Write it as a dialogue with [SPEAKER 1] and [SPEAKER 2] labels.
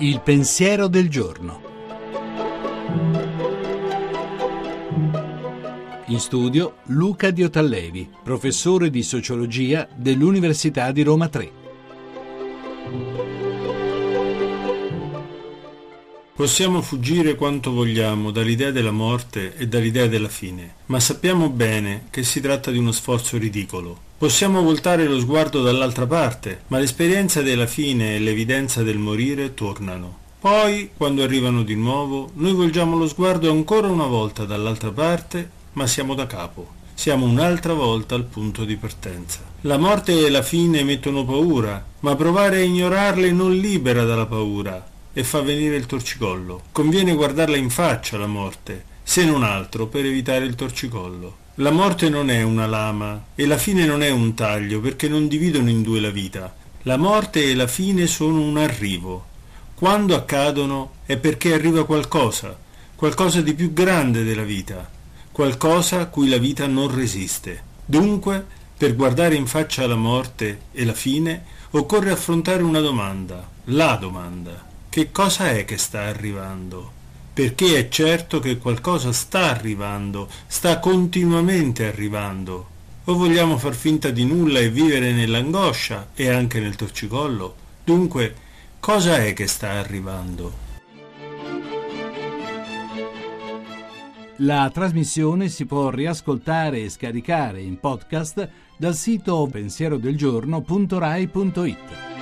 [SPEAKER 1] Il pensiero del giorno. In studio Luca Diotallevi, professore di sociologia dell'Università di Roma III.
[SPEAKER 2] Possiamo fuggire quanto vogliamo dall'idea della morte e dall'idea della fine, ma sappiamo bene che si tratta di uno sforzo ridicolo. Possiamo voltare lo sguardo dall'altra parte, ma l'esperienza della fine e l'evidenza del morire tornano. Poi, quando arrivano di nuovo, noi volgiamo lo sguardo ancora una volta dall'altra parte, ma siamo da capo. Siamo un'altra volta al punto di partenza. La morte e la fine mettono paura, ma provare a ignorarle non libera dalla paura e fa venire il torcicollo. Conviene guardarla in faccia la morte, se non altro per evitare il torcicollo. La morte non è una lama e la fine non è un taglio, perché non dividono in due la vita. La morte e la fine sono un arrivo. Quando accadono è perché arriva qualcosa di più grande della vita, qualcosa a cui la vita non resiste. Dunque, per guardare in faccia la morte e la fine, occorre affrontare una domanda, la domanda. Che cosa è che sta arrivando? Perché è certo che qualcosa sta arrivando, sta continuamente arrivando. O vogliamo far finta di nulla e vivere nell'angoscia e anche nel torcicollo? Dunque, cosa è che sta arrivando?
[SPEAKER 1] La trasmissione si può riascoltare e scaricare in podcast dal sito pensierodelgiorno.rai.it.